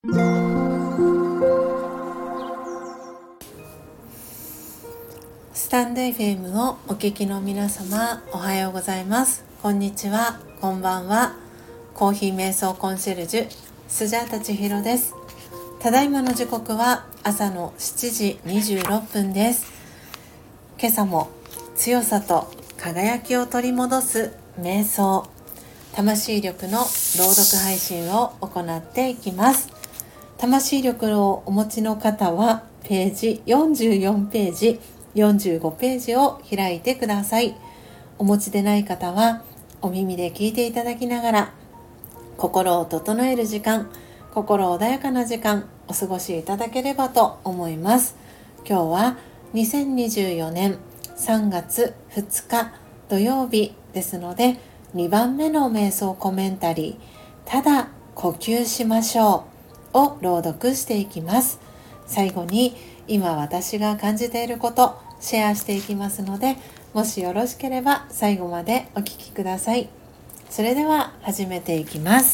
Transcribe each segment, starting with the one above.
スタンド FM をお聞きの皆様、おはようございます。こんにちは、こんばんは。コーヒー瞑想コンシェルジュスジャータ千尋です。ただいまの時刻は朝の7時26分です。今朝も強さと輝きを取り戻す瞑想、魂力の朗読配信を行っていきます。魂力をお持ちの方はページ44ページ45ページを開いてください。お持ちでない方はお耳で聞いていただきながら、心を整える時間、心穏やかな時間お過ごしいただければと思います。今日は2024年3月2日土曜日ですので、2番目の瞑想コメンタリー、ただ呼吸しましょうを朗読していきます。最後に今私が感じていることシェアしていきますので、もしよろしければ最後までお聞きください。それでは始めていきます。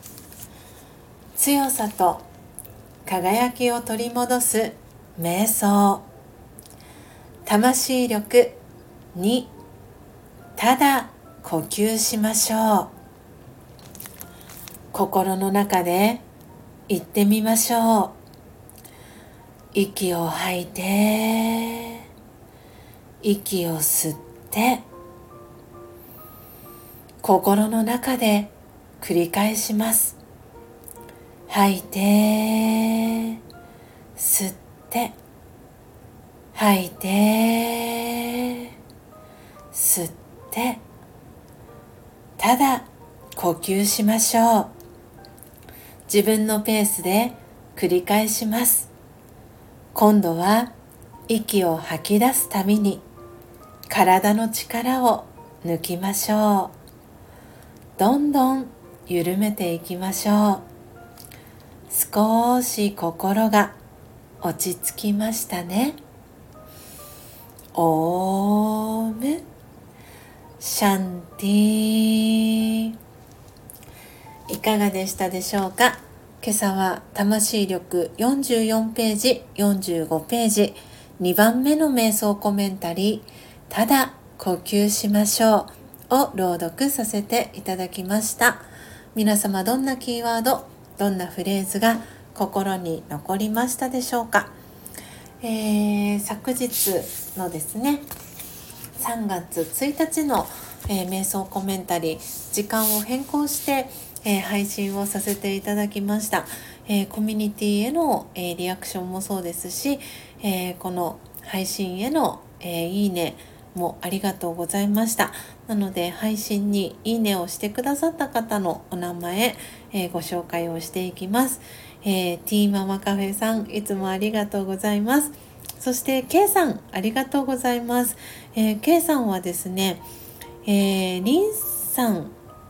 強さと輝きを取り戻す瞑想、魂力2、ただ呼吸しましょう。心の中で言ってみましょう。息を吐いて、息を吸って、心の中で繰り返します。吐いて、吸って、吐いて、吸って、ただ呼吸しましょう。自分のペースで繰り返します。今度は息を吐き出すたびに体の力を抜きましょう。どんどん緩めていきましょう。少し心が落ち着きましたね。オームシャンティ。いかがでしたでしょうか。今朝は魂力44ページ45ページ2番目の瞑想コメンタリー、ただ呼吸しましょうを朗読させていただきました。皆様どんなキーワード、どんなフレーズが心に残りましたでしょうか。昨日のですね3月1日の、瞑想コメンタリー、時間を変更して、配信をさせていただきました。コミュニティへの、リアクションもそうですし、この配信への、いいねもありがとうございました。なので配信にいいねをしてくださった方のお名前、ご紹介をしていきます。ティーママカフェさん、いつもありがとうございます。そして K さん、ありがとうございます。K さんはですね、リーさん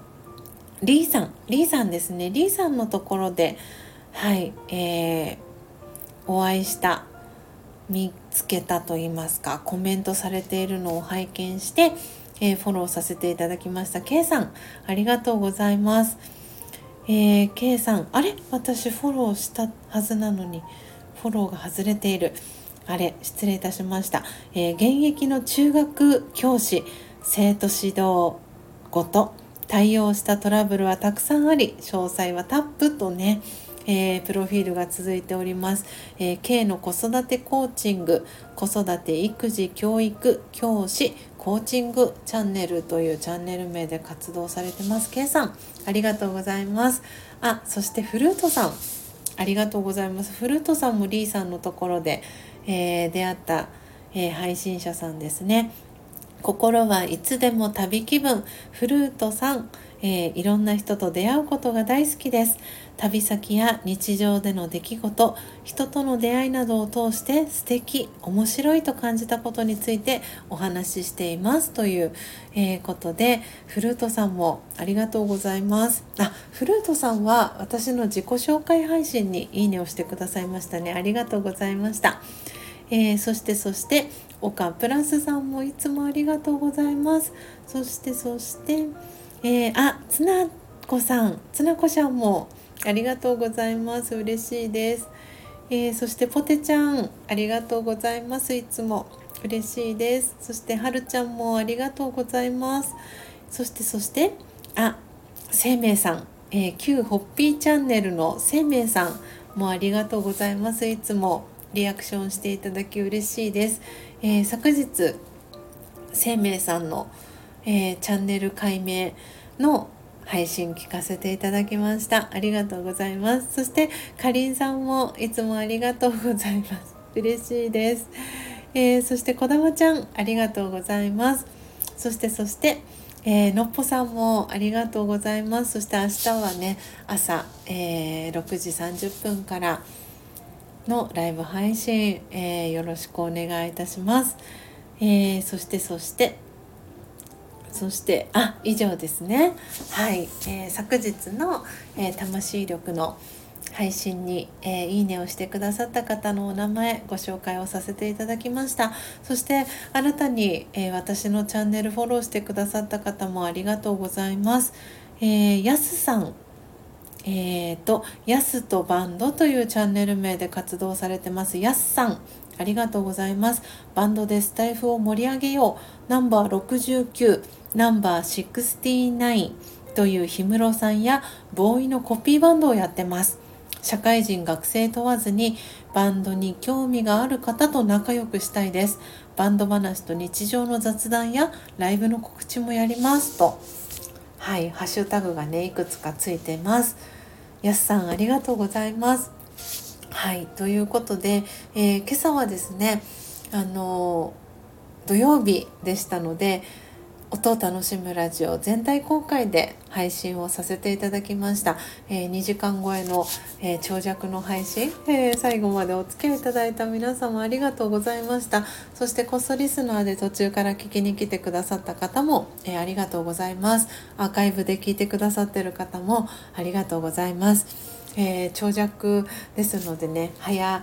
ですね。リーさんのところで、はい、お会いした、見つけたと言いますか、コメントされているのを拝見して、フォローさせていただきました。 K さん、ありがとうございます。K さん、あれ、私フォローしたはずなのにフォローが外れている。あれ、失礼いたしました。現役の中学教師、生徒指導ごと対応したトラブルはたくさんあり、詳細はタップとね、プロフィールが続いております。K の子育てコーチング、子育て育児教育教師コーチングチャンネルというチャンネル名で活動されてます。 K さん、ありがとうございます。そしてフルートさん、ありがとうございます。フルートさんもリーさんのところで、出会った、配信者さんですね。心はいつでも旅気分、フルートさん、いろんな人と出会うことが大好きです。旅先や日常での出来事、人との出会いなどを通して素敵、面白いと感じたことについてお話ししていますという、ことで、フルートさんもありがとうございます。フルートさんは私の自己紹介配信にいいねをしてくださいましたね。ありがとうございました。そして岡プラスさんもいつもありがとうございます。そしてつなこさんもありがとうございます。嬉しいです。そしてポテちゃん、ありがとうございます。いつも嬉しいです。そしてはるちゃんもありがとうございます。そして生命さん、旧ホッピーチャンネルの生命さんもありがとうございます。いつもリアクションしていただき嬉しいです。昨日生命さんの、チャンネル解明の配信聞かせていただきました。ありがとうございます。そしてかりんさんもいつもありがとうございます。嬉しいです。そしてこだまちゃん、ありがとうございます。そしてのっぽさんもありがとうございます。そして明日はね、朝、6時30分からのライブ配信、よろしくお願いいたします。そして以上ですね。はい、昨日の、魂力の配信に、いいねをしてくださった方のお名前ご紹介をさせていただきました。そして新たに、私のチャンネルフォローしてくださった方もありがとうございます。やすさん、やすとバンドというチャンネル名で活動されてますやすさん、ありがとうございます。バンドでスタイフを盛り上げようナンバー69、ナンバー69という氷室さんやボーイのコピーバンドをやってます。社会人学生問わずにバンドに興味がある方と仲良くしたいです。バンド話と日常の雑談やライブの告知もやりますと、はい、ハッシュタグがねいくつかついてます。やすさん、ありがとうございます。はい、ということで、今朝はですね、土曜日でしたので、音を楽しむラジオ全体公開で配信をさせていただきました。2時間超えの、長尺の配信、最後までお付き合いいただいた皆様ありがとうございました。そしてこっそリスナーで途中から聞きに来てくださった方も、ありがとうございます。アーカイブで聞いてくださっている方もありがとうございます。長尺ですのでね、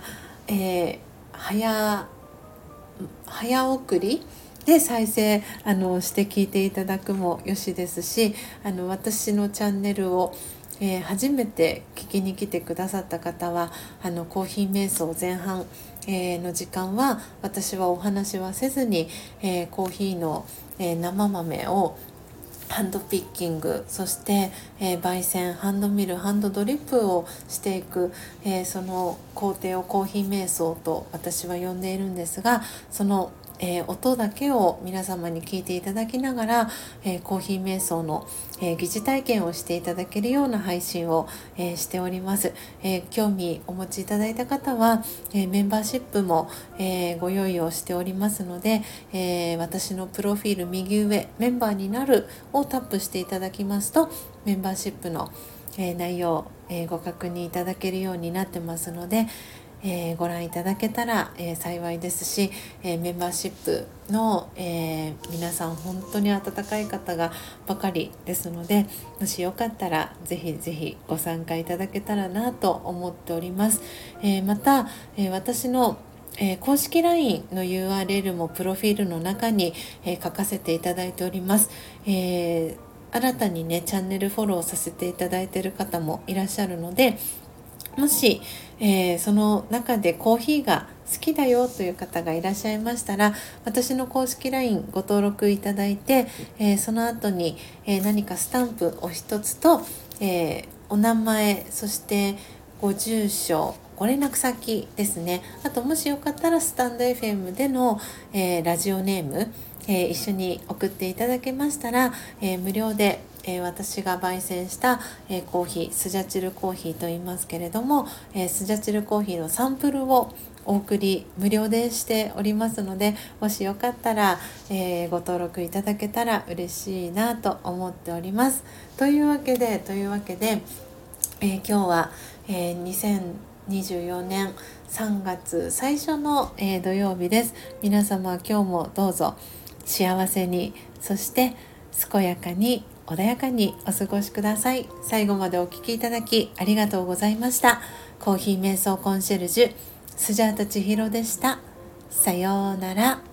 早送りで再生して聞いていただくもよしですし、私のチャンネルを、初めて聞きに来てくださった方はコーヒー瞑想前半、の時間は私はお話はせずに、コーヒーの、生豆をハンドピッキング、そして、焙煎、ハンドミル、ハンドドリップをしていく、その工程をコーヒー瞑想と私は呼んでいるんですが、その音だけを皆様に聞いていただきながら、コーヒー瞑想の、疑似体験をしていただけるような配信を、しております。興味お持ちいただいた方は、メンバーシップも、ご用意をしておりますので、私のプロフィール右上メンバーになるをタップしていただきますと、メンバーシップの、内容、ご確認いただけるようになってますので、ご覧いただけたら、幸いですし、メンバーシップの、皆さん本当に温かい方がばかりですので、もしよかったらぜひぜひご参加いただけたらなと思っております。また、私の公式 LINE の URL もプロフィールの中に、書かせていただいております。新たにねチャンネルフォローさせていただいている方もいらっしゃるので、もし、その中でコーヒーが好きだよという方がいらっしゃいましたら、私の公式 LINE ご登録いただいて、その後に、何かスタンプお一つと、お名前、そしてご住所、ご連絡先ですね。あともしよかったらスタンド FM での、ラジオネーム、一緒に送っていただけましたら、無料で私が焙煎した、コーヒー、スジャチルコーヒーと言いますけれども、スジャチルコーヒーのサンプルをお送り無料でしておりますので、もしよかったら、ご登録いただけたら嬉しいなと思っております。というわけで、今日は、2024年3月最初の、土曜日です。皆様今日もどうぞ幸せに、そして健やかに穏やかにお過ごしください。最後までお聞きいただきありがとうございました。コーヒー瞑想コンシェルジュスジャータ千尋でした。さようなら。